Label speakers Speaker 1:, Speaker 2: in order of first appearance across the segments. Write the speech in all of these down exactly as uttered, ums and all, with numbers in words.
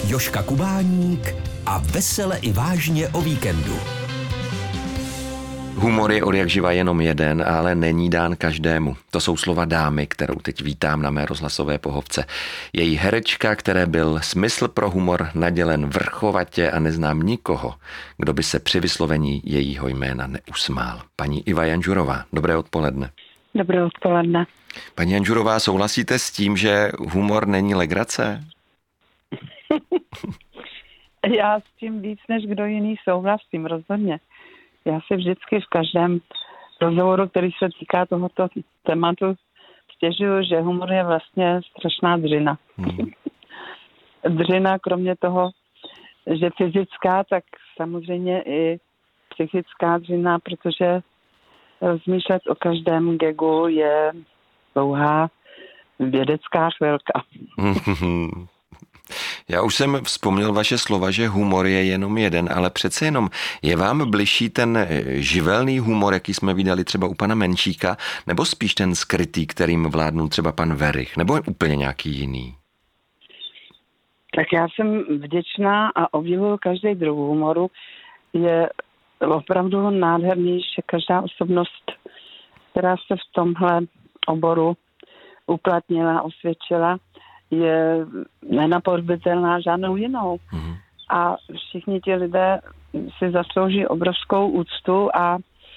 Speaker 1: Jožka Kubáník a vesele i vážně o víkendu.
Speaker 2: Humor je odjakživa jenom jeden, ale není dán každému. To jsou slova dámy, kterou teď vítám na mé rozhlasové pohovce. Její herečka, které byl smysl pro humor nadělen vrchovatě a neznám nikoho, kdo by se při vyslovení jejího jména neusmál. Paní Iva Janžurová, dobré odpoledne.
Speaker 3: Dobré odpoledne.
Speaker 2: Paní Janžurová, souhlasíte s tím, že humor není legrace?
Speaker 3: Já s tím víc než kdo jiný souhlasím, rozhodně. Já si vždycky v každém rozhovoru, který se týká tohoto tématu, stěžuju, že humor je vlastně strašná dřina. Hmm. Dřina, kromě toho, že fyzická, tak samozřejmě i psychická dřina, protože rozmýšlet o každém gagu je dlouhá vědecká chvilka.
Speaker 2: Já už jsem vzpomněl vaše slova, že humor je jenom jeden, ale přece jenom je vám bližší ten živelný humor, jaký jsme viděli třeba u pana Menšíka, nebo spíš ten skrytý, kterým vládnul třeba pan Werich, nebo je úplně nějaký jiný?
Speaker 3: Tak já jsem vděčná a obdivuju každý druh humoru. Je opravdu nádherný, že každá osobnost, která se v tomhle oboru uplatnila, osvědčila, je nenapodobitelná žádnou jinou. Mm. A všichni ti lidé si zaslouží obrovskou úctu a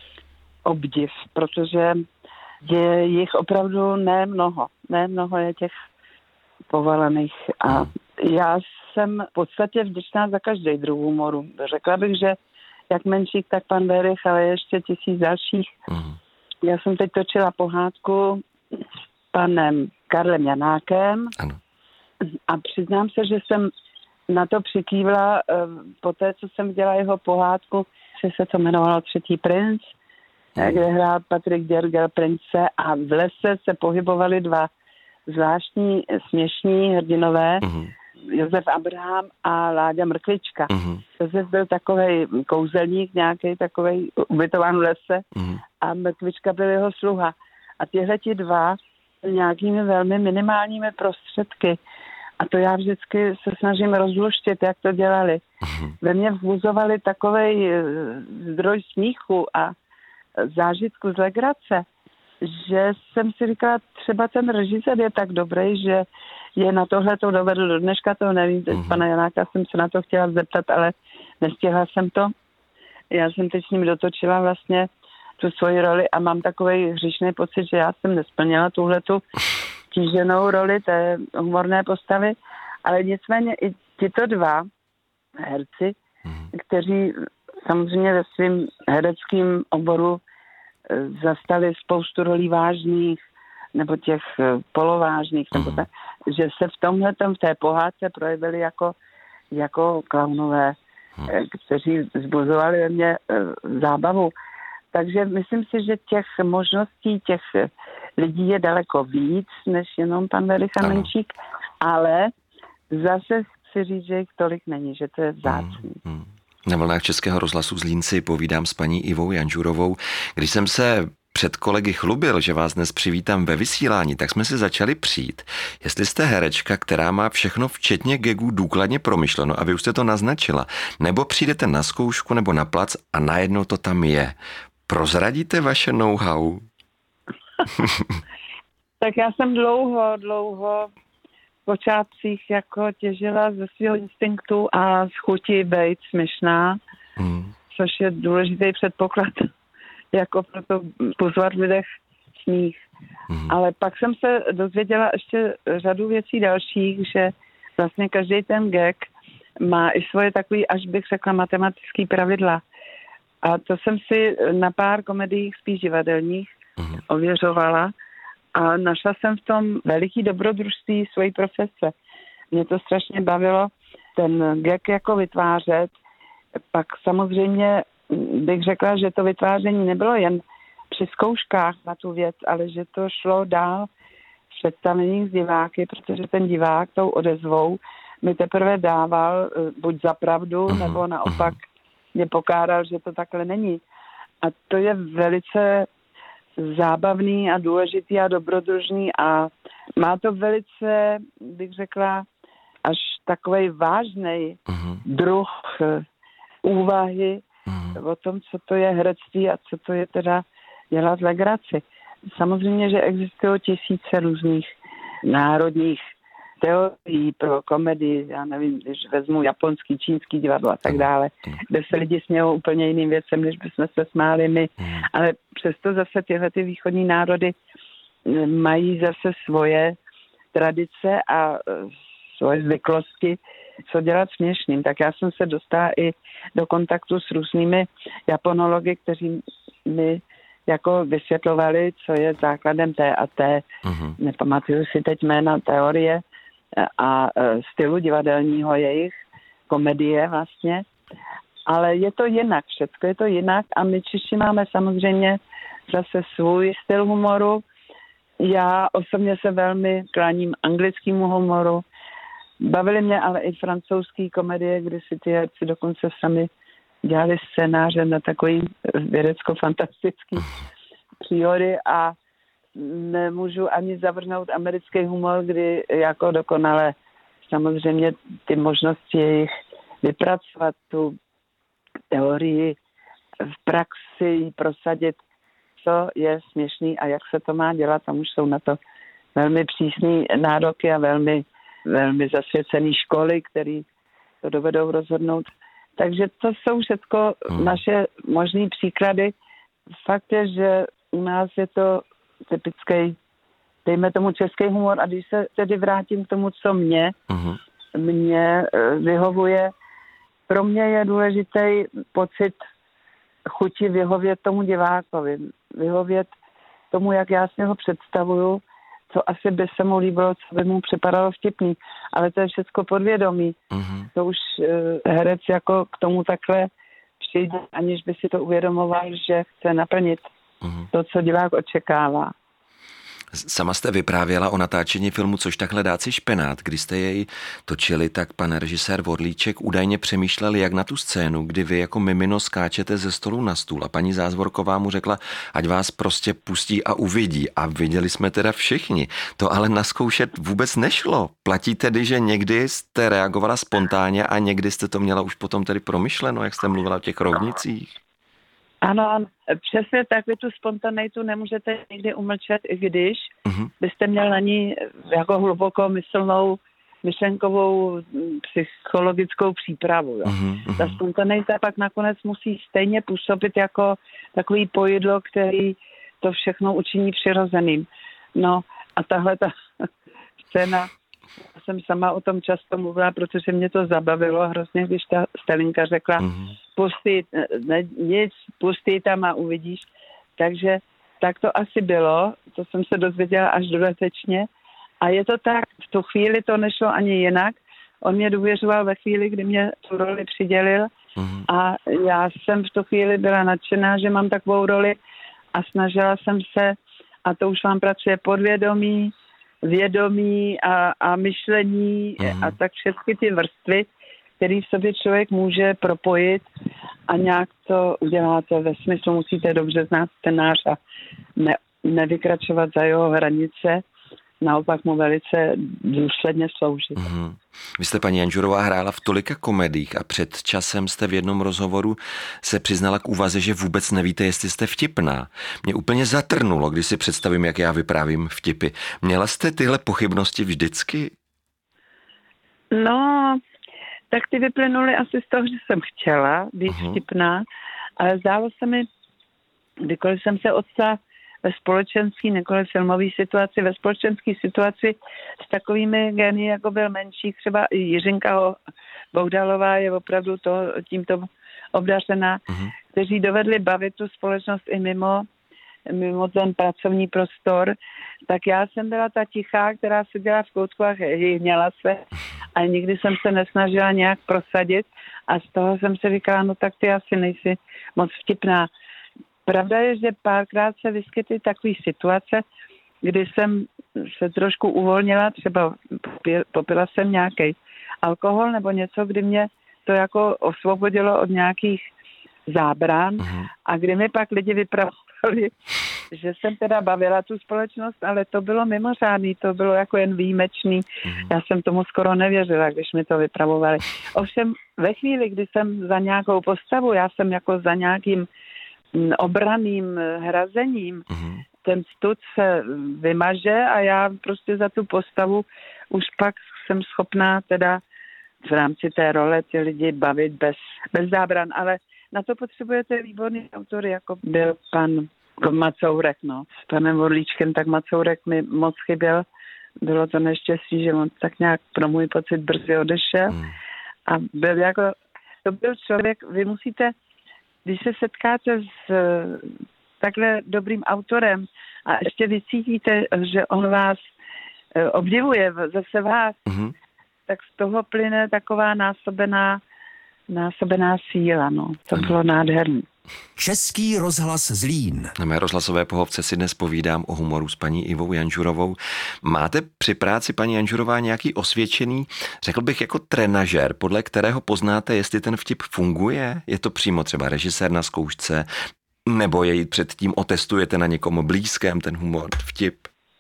Speaker 3: obdiv, protože je jich opravdu nemnoho. Nemnoho je těch povalených. A mm. já jsem v podstatě vděčná za každý druh humoru. Řekla bych, že jak Menšík, tak pan Werich, ale ještě tisíc dalších. Mm. Já jsem teď točila pohádku s panem Karlem Janákem.
Speaker 2: Ano.
Speaker 3: A přiznám se, že jsem na to přikývla uh, po té, co jsem dělala jeho pohádku, že se to jmenovalo Třetí princ, mm. kde hrál Patrik Děrgel prince a v lese se pohybovali dva zvláštní směšní hrdinové, mm. Josef Abraham a Láďa Mrkvička. Mm. Josef byl takovej kouzelník, nějaký takovej ubytován v lese mm. a Mrkvička byl jeho sluha. A tihleti dva nějakými velmi minimálními prostředky. A to já vždycky se snažím rozluštit, jak to dělali. Mm. Ve mně vzbuzovali takovej zdroj smíchu a zážitku z legrace, že jsem si říkala, třeba ten režisér je tak dobrý, že je na tohle to dovedl do dneška, toho nevím, teď mm. pana Janáka jsem se na to chtěla zeptat, ale nestihla jsem to. Já jsem teď s ním dotočila vlastně tu svoji roli a mám takovej hříšný pocit, že já jsem nesplnila tuhletu tíženou roli té humorné postavy, ale nicméně i tyto dva herci, mm. kteří samozřejmě ve svém hereckém oboru zastali spoustu rolí vážných, nebo těch polovážných, mm. nebo tak, že se v tomhletom, v té pohádce projevili jako, jako klaunové, mm. kteří vzbuzovali ve mně zábavu. Takže myslím si, že těch možností, těch lidí je daleko víc, než jenom pan Werich a Menšík, ale zase chci říct, že jich tolik není, že to je vzácný.
Speaker 2: Hmm, hmm. Na vlnách Českého rozhlasu Zlín si povídám s paní Ivou Janžurovou. Když jsem se před kolegy chlubil, že vás dnes přivítám ve vysílání, tak jsme si začali přijít. Jestli jste herečka, která má všechno včetně gagů důkladně promyšleno a vy už jste to naznačila, nebo přijdete na zkoušku nebo na plac a najednou to tam je. Prozradíte vaše know-how?
Speaker 3: Tak já jsem dlouho, dlouho v počátcích jako těžila ze svého instinktu a z chuti být směšná, hmm. což je důležitý předpoklad, jako proto pozvat v lidech smích. Hmm. Ale pak jsem se dozvěděla ještě řadu věcí dalších, že vlastně každý ten gag má i svoje takový, až bych řekla, matematický pravidla. A to jsem si na pár komediích spíš divadelních uh-huh. ověřovala a našla jsem v tom veliký dobrodružství svojí profese. Mě to strašně bavilo ten gag jako vytvářet. Pak samozřejmě bych řekla, že to vytváření nebylo jen při zkouškách na tu věc, ale že to šlo dál v představeních s diváky, protože ten divák tou odezvou mi teprve dával buď za pravdu, uh-huh. nebo naopak mě pokáral, že to takhle není. A to je velice zábavný a důležitý a dobrodružný a má to velice, bych řekla, až takovej vážnej
Speaker 2: uh-huh.
Speaker 3: druh úvahy
Speaker 2: uh-huh.
Speaker 3: o tom, co to je herectví a co to je teda dělat legraci. Samozřejmě, že existují tisíce různých národních teorií pro komedii, já nevím, když vezmu japonský, čínský divadlo a tak dále, kde se lidi smějou úplně jiným věcem, než bychom se smáli my. Ale přesto zase tyhle ty východní národy mají zase svoje tradice a svoje zvyklosti, co dělat směšným. Tak já jsem se dostala i do kontaktu s různými japonology, kteří mi jako vysvětlovali, co je základem té a té, uh-huh. nepamatuju si teď jména teorie a stylu divadelního jejich, komedie vlastně, ale je to jinak, všechno je to jinak a my Češi máme samozřejmě zase svůj styl humoru. Já osobně se velmi kláním anglickému humoru. Bavily mě ale i francouzský komedie, kdy si ty herci dokonce sami dělali scénáře na takový vědecko-fantastický příhody a nemůžu ani zavrhnout americký humor, kdy jako dokonale samozřejmě ty možnosti jejich vypracovat tu teorii v praxi, prosadit, co je směšný a jak se to má dělat. Tam už jsou na to velmi přísné nároky a velmi, velmi zasvěcené školy, které to dovedou rozhodnout. Takže to jsou všechno hmm. naše možný příklady. Fakt je, že u nás je to typický, dejme tomu český humor a když se tedy vrátím k tomu, co mě, uh-huh. mě vyhovuje, pro mě je důležitý pocit chuti vyhovět tomu divákovi, vyhovět tomu, jak já si ho představuju, co asi by se mu líbilo, co by mu připadalo vtipný, ale to je všechno podvědomí. Uh-huh. To už uh, herec jako k tomu takhle přijde, aniž by si to uvědomoval, že chce naplnit uh-huh. to, co divák očekává.
Speaker 2: Sama jste vyprávěla o natáčení filmu Což tak hledáci špenát. Když jste jej točili, tak pan režisér Vorlíček údajně přemýšlel, jak na tu scénu, kdy vy jako mimino skáčete ze stolu na stůl a paní Zázvorková mu řekla, ať vás prostě pustí a uvidí. A viděli jsme teda všichni. To ale naskoušet vůbec nešlo. Platí tedy, že někdy jste reagovala spontánně a někdy jste to měla už potom tedy promyšleno, jak jste mluvila o těch rovnicích?
Speaker 3: Ano, přesně tak, vy tu spontaneitu nemůžete nikdy umlčet, i když uh-huh. byste měl na ní jako hluboko myslnou, myšlenkovou, psychologickou přípravu. Jo. Uh-huh. Ta spontaneita pak nakonec musí stejně působit jako takový pojedlo, který to všechno učiní přirozeným. No a tahle ta scéna, jsem sama o tom často mluvila, protože mě to zabavilo hrozně, když ta Stalinka řekla, uh-huh. pustý, ne, nic, pustý tam a uvidíš. Takže tak to asi bylo, to jsem se dozvěděla až dodatečně. A je to tak, v tu chvíli to nešlo ani jinak. On mě důvěřoval ve chvíli, kdy mě tu roli přidělil uh-huh. a já jsem v tu chvíli byla nadšená, že mám takovou roli a snažila jsem se, a to už vám pracuje podvědomí, vědomí a, a myšlení uh-huh. a tak všechny ty vrstvy, který v sobě člověk může propojit a nějak to uděláte ve smyslu, musíte dobře znát scénář a ne, nevykračovat za jeho hranice, naopak mu velice důsledně sloužit.
Speaker 2: Mm-hmm. Vy jste, paní Janžurová, hrála v tolika komediích a před časem jste v jednom rozhovoru se přiznala k úvaze, že vůbec nevíte, jestli jste vtipná. Mě úplně zatrnulo, když si představím, jak já vyprávím vtipy. Měla jste tyhle pochybnosti vždycky?
Speaker 3: No, tak ty vyplynuly asi z toho, že jsem chtěla být uh-huh. vtipná, ale zdálo se mi, kdykoliv jsem se odstala ve společenské, nikoliv filmové situaci, ve společenské situaci s takovými gény, jako byl menší, třeba Jiřinka Bohdalová je opravdu to, tímto obdařená, uh-huh. kteří dovedli bavit tu společnost i mimo, mimo ten pracovní prostor, tak já jsem byla ta tichá, která seděla v koutku a hýhněla se a nikdy jsem se nesnažila nějak prosadit a z toho jsem si říkala, no tak ty asi nejsi moc vtipná. Pravda je, že párkrát se vyskytly takové situace, kdy jsem se trošku uvolnila, třeba popila jsem nějaký alkohol nebo něco, kdy mě to jako osvobodilo od nějakých zábran uh-huh. a kdy mi pak lidi vypravovali že jsem teda bavila tu společnost, ale to bylo mimořádný, to bylo jako jen výjimečný. Mm. Já jsem tomu skoro nevěřila, když mi to vypravovali. Ovšem ve chvíli, kdy jsem za nějakou postavu, já jsem jako za nějakým obraným hrazením, mm. ten stud se vymaže a já prostě za tu postavu už pak jsem schopná teda v rámci té role ty lidi bavit bez, bez zábran, ale na to potřebujete výborný autory, jako byl pan Macourek, no. S panem Orlíčkem, tak Macourek mi moc chyběl. Bylo to neštěstí, že on tak nějak pro můj pocit brzy odešel. Mm. A byl jako, to byl člověk, vy musíte, když se setkáte s takhle dobrým autorem a ještě vycítíte, že on vás obdivuje, zase vás, mm. tak z toho plyne taková násobená násobená síla, no. To mm. bylo nádherný.
Speaker 1: Český rozhlas Zlín.
Speaker 2: Na mé rozhlasové pohovce si dnes povídám o humoru s paní Ivou Janžurovou. Máte při práci, paní Janžurová, nějaký osvědčený, řekl bych jako trenažer, podle kterého poznáte, jestli ten vtip funguje? Je to přímo třeba režisér na zkoušce, nebo jej předtím otestujete na někom blízkém, ten humor, vtip?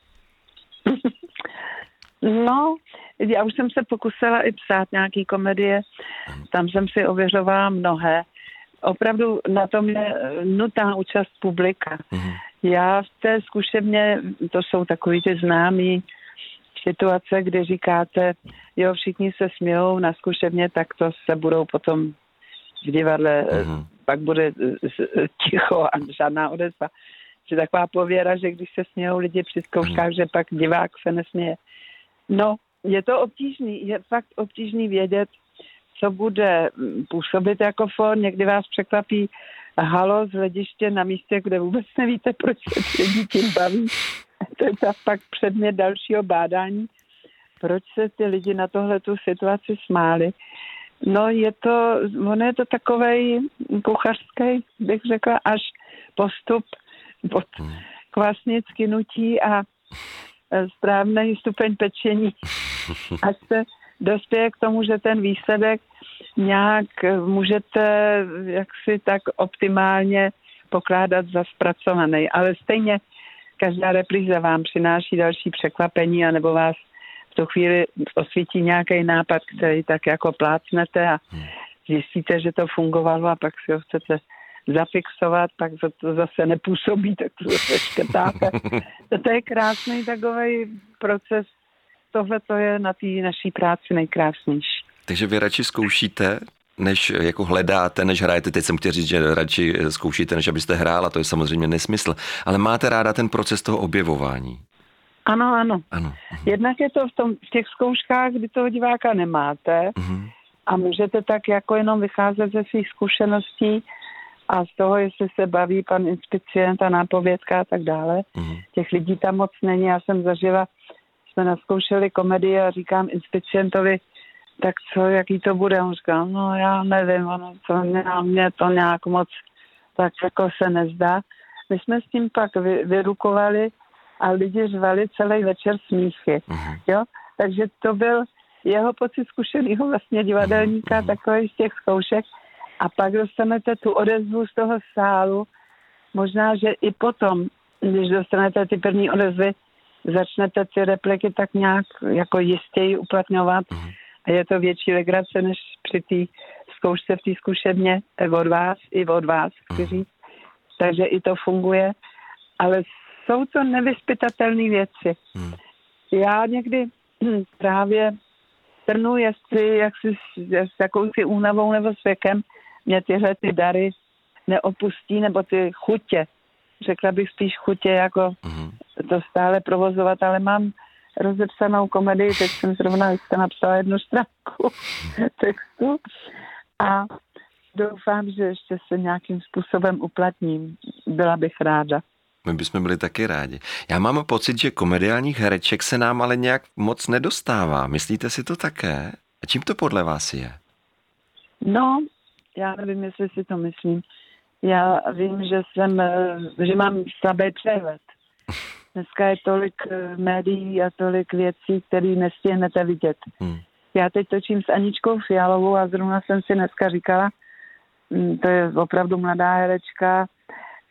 Speaker 3: No, já už jsem se pokusila i psát nějaký komedie, tam jsem si ověřovala mnohé. Opravdu na tom je nutná účast publika. Mm. Já v té zkušebně, to jsou takový ty známý situace, kde říkáte, jo, všichni se smějou na zkušebně, tak to se budou potom v divadle, mm. pak bude ticho a žádná odezva. Že taková pověra, že když se smějou lidi při zkouškách, mm. že pak divák se nesměje. No, je to obtížný, je fakt obtížný vědět, co bude působit jako fór. Někdy vás překvapí halo z hlediště na místě, kde vůbec nevíte, proč se ty lidi tím baví. To je pak předmět dalšího bádání. Proč se ty lidi na tohle tu situaci smáli? No je to, ono je to takovej kuchařský, bych řekla, až postup od kvasnic nutí a správný stupeň pečení, až se dospěje k tomu, že ten výsledek nějak můžete jaksi tak optimálně pokládat za zpracovaný. Ale stejně každá repríza vám přináší další překvapení, anebo vás v tu chvíli osvítí nějaký nápad, který tak jako plácnete a zjistíte, že to fungovalo a pak si ho chcete zafixovat, pak to zase nepůsobí, tak to zase škrtáte. To je krásný takový proces. Tohle to je na té naší práci nejkrásnější. Takže
Speaker 2: vy radši zkoušíte, než jako hledáte, než hrajete. Teď jsem chtěl říct, že radši zkoušíte, než abyste hrála, to je samozřejmě nesmysl. Ale máte ráda ten proces toho objevování.
Speaker 3: Ano, ano.
Speaker 2: ano.
Speaker 3: Jednak je to v, tom, v těch zkouškách, kdy toho diváka nemáte uh-huh. a můžete tak jako jenom vycházet ze svých zkušeností a z toho, jestli se baví pan inspicient a nápovědka a tak dále. Uh-huh. Těch lidí tam moc není. Já jsem zažila, jsme naskoušeli komedii a říkám inspicientovi, tak co, jaký to bude? On říká, no já nevím, ono to mě, mě to nějak moc tak jako se nezdá. My jsme s tím pak vy, vyrukovali a lidi řvali celý večer smíchy, uh-huh. jo? Takže to byl jeho pocit zkušenýho vlastně divadelníka, uh-huh. takový z těch zkoušek. A pak dostanete tu odezvu z toho sálu. Možná, že i potom, když dostanete ty první odezvy, začnete ty repliky tak nějak jako jistěji uplatňovat. Uh-huh. A je to větší legrace, než při té zkoušce v té zkušebně od vás, i od vás, chci říct. Takže i to funguje. Ale jsou to nevyzpytatelné věci. Hmm. Já někdy právě trnu, jestli jak si, s jakousi únavou nebo s věkem mě tyhle ty dary neopustí, nebo ty chutě. Řekla bych spíš chutě, jako hmm. to stále provozovat, ale mám rozepsanou komedii, teď jsem zrovna napsala jednu stránku textu a doufám, že ještě se nějakým způsobem uplatním. Byla bych ráda.
Speaker 2: My bychom byli taky rádi. Já mám pocit, že komediálních hereček se nám ale nějak moc nedostává. Myslíte si to také? A čím to podle vás je?
Speaker 3: No, já nevím, jestli si to myslím. Já vím, že jsem, že mám slabý přehled. Dneska je tolik médií a tolik věcí, které nestihnete vidět. Hmm. Já teď točím s Aničkou Fialovou a zrovna jsem si dneska říkala, to je opravdu mladá herečka,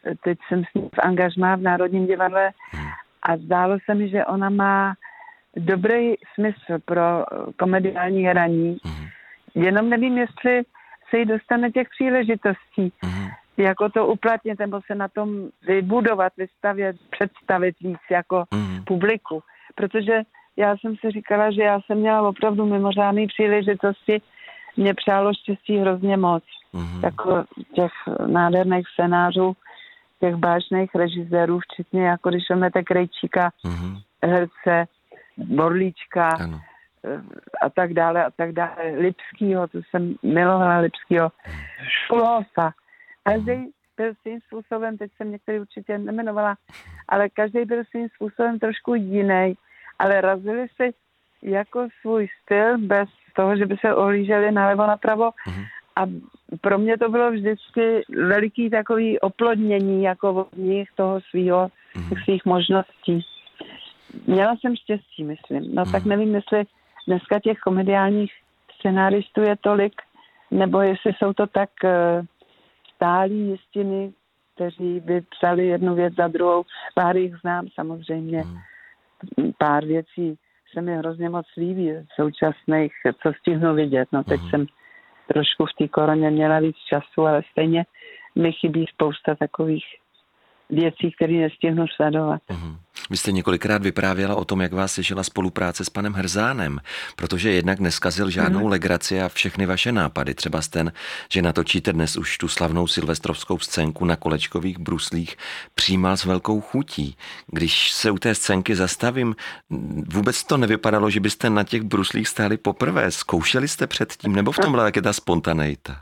Speaker 3: teď jsem s ní v angažmá v Národním divadle a zdálo se mi, že ona má dobrý smysl pro komediální hraní. Jenom nevím, jestli se jí dostane těch příležitostí, jako to uplatnit, nebo se na tom vybudovat, vystavět, představit víc jako publiku. Protože já jsem si říkala, že já jsem měla opravdu mimořádné příležitosti. Mě přálo štěstí hrozně moc. Mm-hmm. Jako těch nádherných scénářů, těch báječných režisérů, včetně jako když vezmete Krejčíka, mm-hmm. herce, Borlíčka ano. a tak dále a tak dále. Lipskýho, to jsem milovala Lipskýho. Šulhofa. Každý byl svým způsobem, teď jsem některý určitě nemenovala, ale každý byl svým způsobem trošku jiný, ale razili si jako svůj styl bez toho, že by se ohlíželi nalevo napravo. Mm-hmm. A pro mě to bylo vždycky veliký takový oplodnění jako od nich toho svýho, mm-hmm. svých možností. Měla jsem štěstí, myslím. No mm-hmm. tak nevím, jestli dneska těch komediálních scenáristů je tolik, nebo jestli jsou to tak uh, stálí jistiny, kteří by psali jednu věc za druhou. Pár jich znám samozřejmě. Mm-hmm. Pár věcí se mi hrozně moc líbí současných, co stihnu vidět. No teď mm-hmm. jsem trošku v té koroně měla víc času, ale stejně mi chybí spousta takových věcí, které nestihnu sledovat.
Speaker 2: Mm-hmm. Vy jste několikrát vyprávěla o tom, jak vás těšila spolupráce s panem Hrzánem, protože jednak neskazil žádnou mm-hmm. legraci a všechny vaše nápady, třeba ten, že natočíte dnes už tu slavnou silvestrovskou scénku na kolečkových bruslích, přijímal s velkou chutí. Když se u té scénky zastavím, vůbec to nevypadalo, že byste na těch bruslích stáli poprvé. Zkoušeli jste předtím, nebo v tom byla taky ta spontaneita?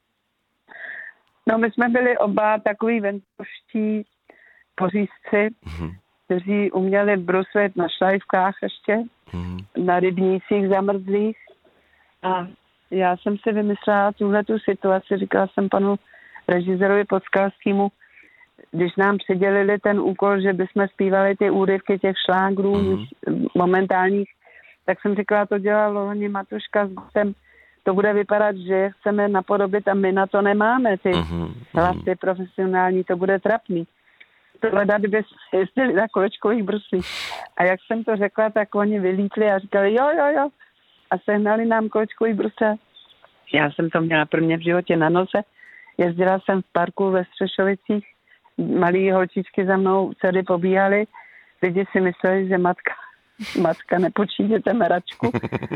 Speaker 3: No, my jsme byli oba takový venkovští pořízci, mm-hmm. kteří uměli bruslit na šlajvkách ještě, mm-hmm. na rybnících zamrzlých. A já jsem si vymyslela tuhletu situaci, říkala jsem panu režisérovi Podskalskému, když nám přidělili ten úkol, že bychom zpívali ty úryvky těch šlágrů mm-hmm. momentálních, tak jsem říkala, to dělal loni Matuška s Gutem, to bude vypadat, že je chceme napodobit a my na to nemáme, ty mm-hmm. hlasy profesionální, to bude trapný. Tohle dát, kdyby jezdili na kolečkových bruslích. A jak jsem to řekla, tak oni vylítli a říkali jo, jo, jo. A sehnali nám kolečkový brusle. Já jsem to měla prvně v životě na noze. Jezdila jsem v parku ve Střešovicích. Malí holčičky za mnou dcery pobíhaly. Lidi si mysleli, že matka, matka nepočítěte meračku.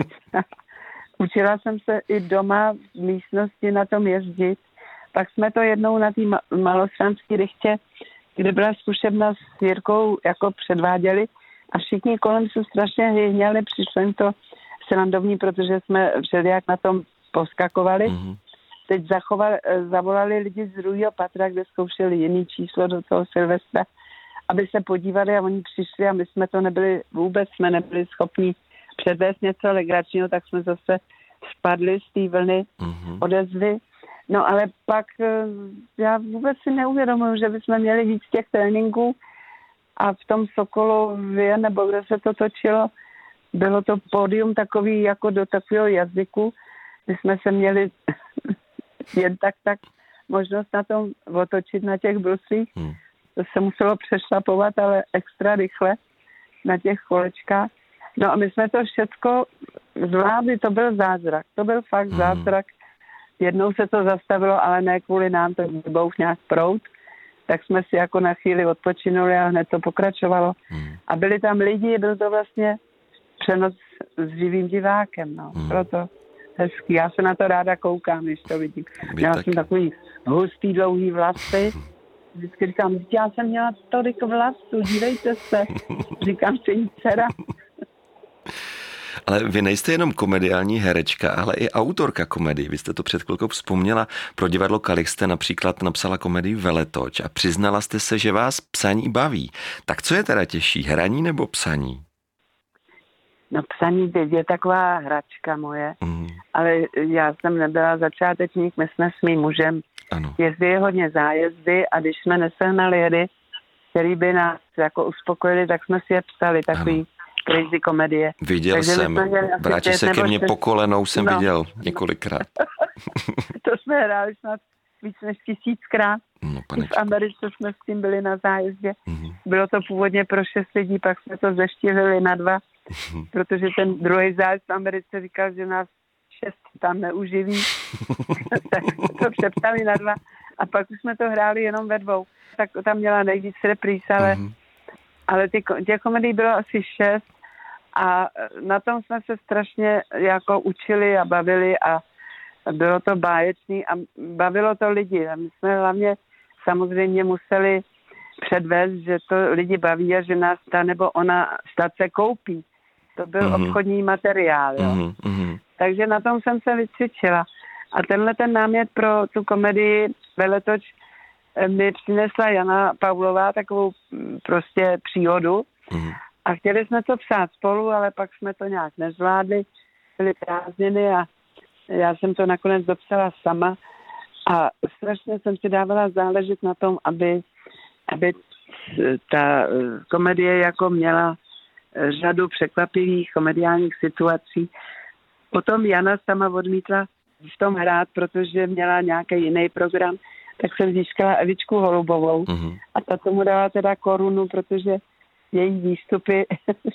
Speaker 3: Učila jsem se i doma v místnosti na tom jezdit. Pak jsme to jednou na té malostranské rychtě, kde byla zkušebna s Jirkou, jako předváděli a všichni kolem se strašně hněli, přišlo jim to srandovní, protože jsme všelijak na tom poskakovali. Mm-hmm. Teď zachovali, zavolali lidi z druhého patra, kde zkoušeli jiný číslo do toho Silvestra, aby se podívali a oni přišli a my jsme to nebyli, vůbec jsme nebyli schopni předvést něco legračního, tak jsme zase spadli z té vlny mm-hmm. odezvy. No ale pak já vůbec si neuvědomuji, že bychom měli víc těch tréninků a v tom Sokolově, nebo kde se to točilo, bylo to pódium takový jako do takového jazyku, kdy jsme se měli jen tak tak možnost na tom otočit na těch bruslích. Hmm. To se muselo přešlapovat, ale extra rychle na těch kolečkách. No a my jsme to všecko zvládli, to byl zázrak, to byl fakt hmm. zázrak. Jednou se to zastavilo, ale ne kvůli nám, to bouch nějak proud, tak jsme si jako na chvíli odpočinuli a hned to pokračovalo. Hmm. A byli tam lidi, byl to vlastně přenos s živým divákem, no. Hmm. Proto hezký. Já se na to ráda koukám, když to vidím. Měla jsem takový hustý, dlouhý vlasy. Vždycky říkám, já jsem měla tolik vlasů, dívejte se. Říkám si, dcera.
Speaker 2: Ale vy nejste jenom komediální herečka, ale i autorka komedii. Vy jste to před chvilkou vzpomněla. Pro divadlo Kalich jste například napsala komedii Veletoč a přiznala jste se, že vás psaní baví. Tak co je teda těžší, hraní nebo psaní?
Speaker 3: No psaní je taková hračka moje, mm. ale já jsem nebyla začátečník, my jsme s mým mužem ano. jezdili hodně zájezdy a když jsme nesehnali jedy, který by nás jako uspokojili, tak jsme si je psali, takový ano. crazy komedie.
Speaker 2: Viděl Takže jsem, vrátí se ke mně po kolenou, jsem no. viděl několikrát.
Speaker 3: To jsme hráli snad víc než tisíckrát.
Speaker 2: No,
Speaker 3: V Americe jsme s tím byli na zájezdě.
Speaker 2: Mm-hmm.
Speaker 3: Bylo to původně pro šest lidí, pak jsme to zeštíhlili na dva, mm-hmm. protože ten druhý zájezd v Americe říkal, že nás šest tam neuživí. Tak to přepsali na dva a pak už jsme to hráli jenom ve dvou. Tak tam měla nejvíc repríz, ale, mm-hmm. ale ty, těch komedií bylo asi šest a na tom jsme se strašně jako učili a bavili a bylo to báječný a bavilo to lidi. A my jsme hlavně samozřejmě museli předvést, že to lidi baví a že nás ta nebo ona stace koupí. To byl mm-hmm. obchodní materiál. Jo. Mm-hmm. Takže na tom jsem se vycvičila. A tenhle ten námět pro tu komedii Veletoč mi přinesla Jana Pavlová, takovou prostě příhodu. Mm-hmm. A chtěli jsme to psát spolu, ale pak jsme to nějak nezvládli. Byly prázdniny a já jsem to nakonec dopsala sama. A strašně jsem si dávala záležet na tom, aby, aby ta komedie jako měla řadu překvapivých komediálních situací. Potom Jana sama odmítla v tom hrát, protože měla nějaký jiný program, tak jsem získala Evičku Holubovou. Mm-hmm. A ta tomu dala teda korunu, protože její výstupy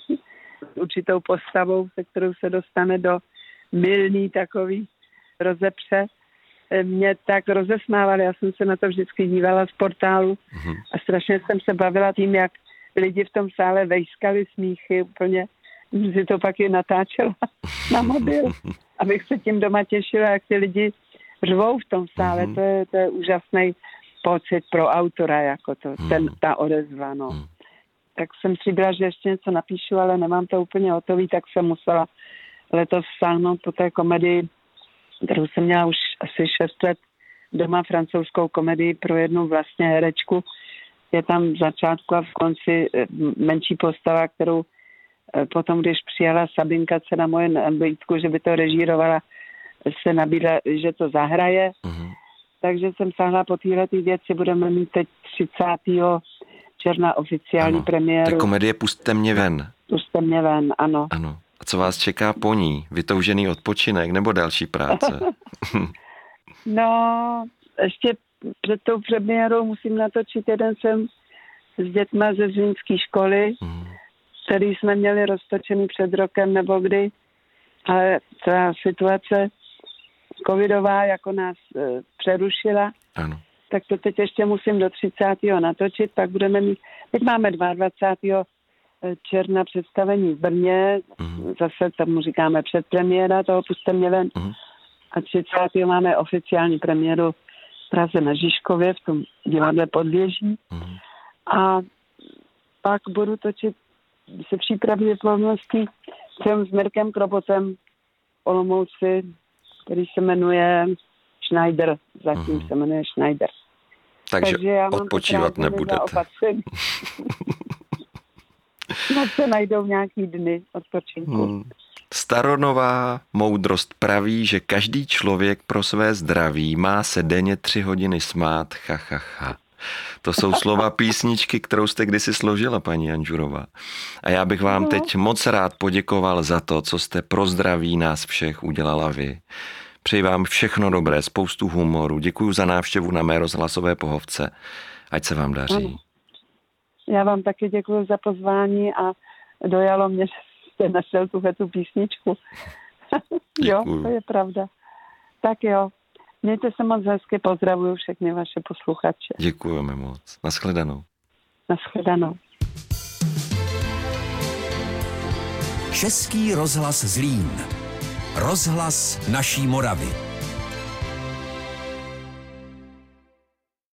Speaker 3: určitou postavou, se kterou se dostane do mylný takový rozepře, mě tak rozesmávali. Já jsem se na to vždycky dívala z portálu mm-hmm. a strašně jsem se bavila tím, jak lidi v tom sále vejskali smíchy úplně. Si to pak i natáčela na mobil, abych se tím doma těšila, jak ty lidi řvou v tom sále. Mm-hmm. To je, to je úžasný pocit pro autora, jako to, ten, ta odezva, no. Mm. Tak jsem slíbila, že ještě něco napíšu, ale nemám to úplně hotový, tak jsem musela letos sáhnout po té komedii, kterou jsem měla už asi šest let doma, francouzskou komedii pro jednu vlastně herečku. Je tam v začátku a v konci menší postava, kterou potom, když přijala Sabinka na moje nabídku, že by to režírovala, se nabídla, že to zahraje. Mm-hmm. Takže jsem sáhla po této věci. Budeme mít teď třicátého června oficiální ano. premiéru.
Speaker 2: Ta komedie Pusťte mě ven.
Speaker 3: Pusťte mě ven, ano.
Speaker 2: Ano. A co vás čeká po ní? Vytoužený odpočinek nebo další práce?
Speaker 3: No, ještě před tou premiérou musím natočit jeden jsem s dětma ze Zlínské školy, mm. který jsme měli roztočený před rokem nebo kdy, ale ta situace covidová jako nás e, přerušila, ano. tak to teď ještě musím do třicátého natočit, pak budeme mít, teď máme dvacátého druhého června představení v Brně, mm. zase tomu říkáme předpremiéra, toho Pusťte mě ven, mm. a třicátého máme oficiální premiéru v Praze na Žižkově, v tom divadle Podvěží. Mm. A pak budu točit se přípravy vyplovností film s Mirkem Kropotem Olomouci, který se jmenuje Schneider. Zatím mm. se jmenuje Schneider.
Speaker 2: Takže, Takže já odpočívat nebudete.
Speaker 3: Snad se najdou nějaký dny odpočinku. Hmm.
Speaker 2: Staronová moudrost praví, že každý člověk pro své zdraví má se denně tři hodiny smát, ha, ha, ha. To jsou slova písničky, kterou jste kdysi složila, paní Janžurová. A já bych vám teď moc rád poděkoval za to, co jste pro zdraví nás všech udělala vy. Přeji vám všechno dobré, spoustu humoru. Děkuji za návštěvu na mé rozhlasové pohovce. Ať se vám daří.
Speaker 3: Ano. Já vám taky děkuji za pozvání a dojalo mě, že jste našel tu písničku. Jo, to je pravda. Tak jo. Mějte se moc hezky, pozdravuju všechny vaše posluchače.
Speaker 2: Děkujeme moc. Naschledanou.
Speaker 3: Naschledanou.
Speaker 1: Český rozhlas Zlín. Rozhlas naší Moravy.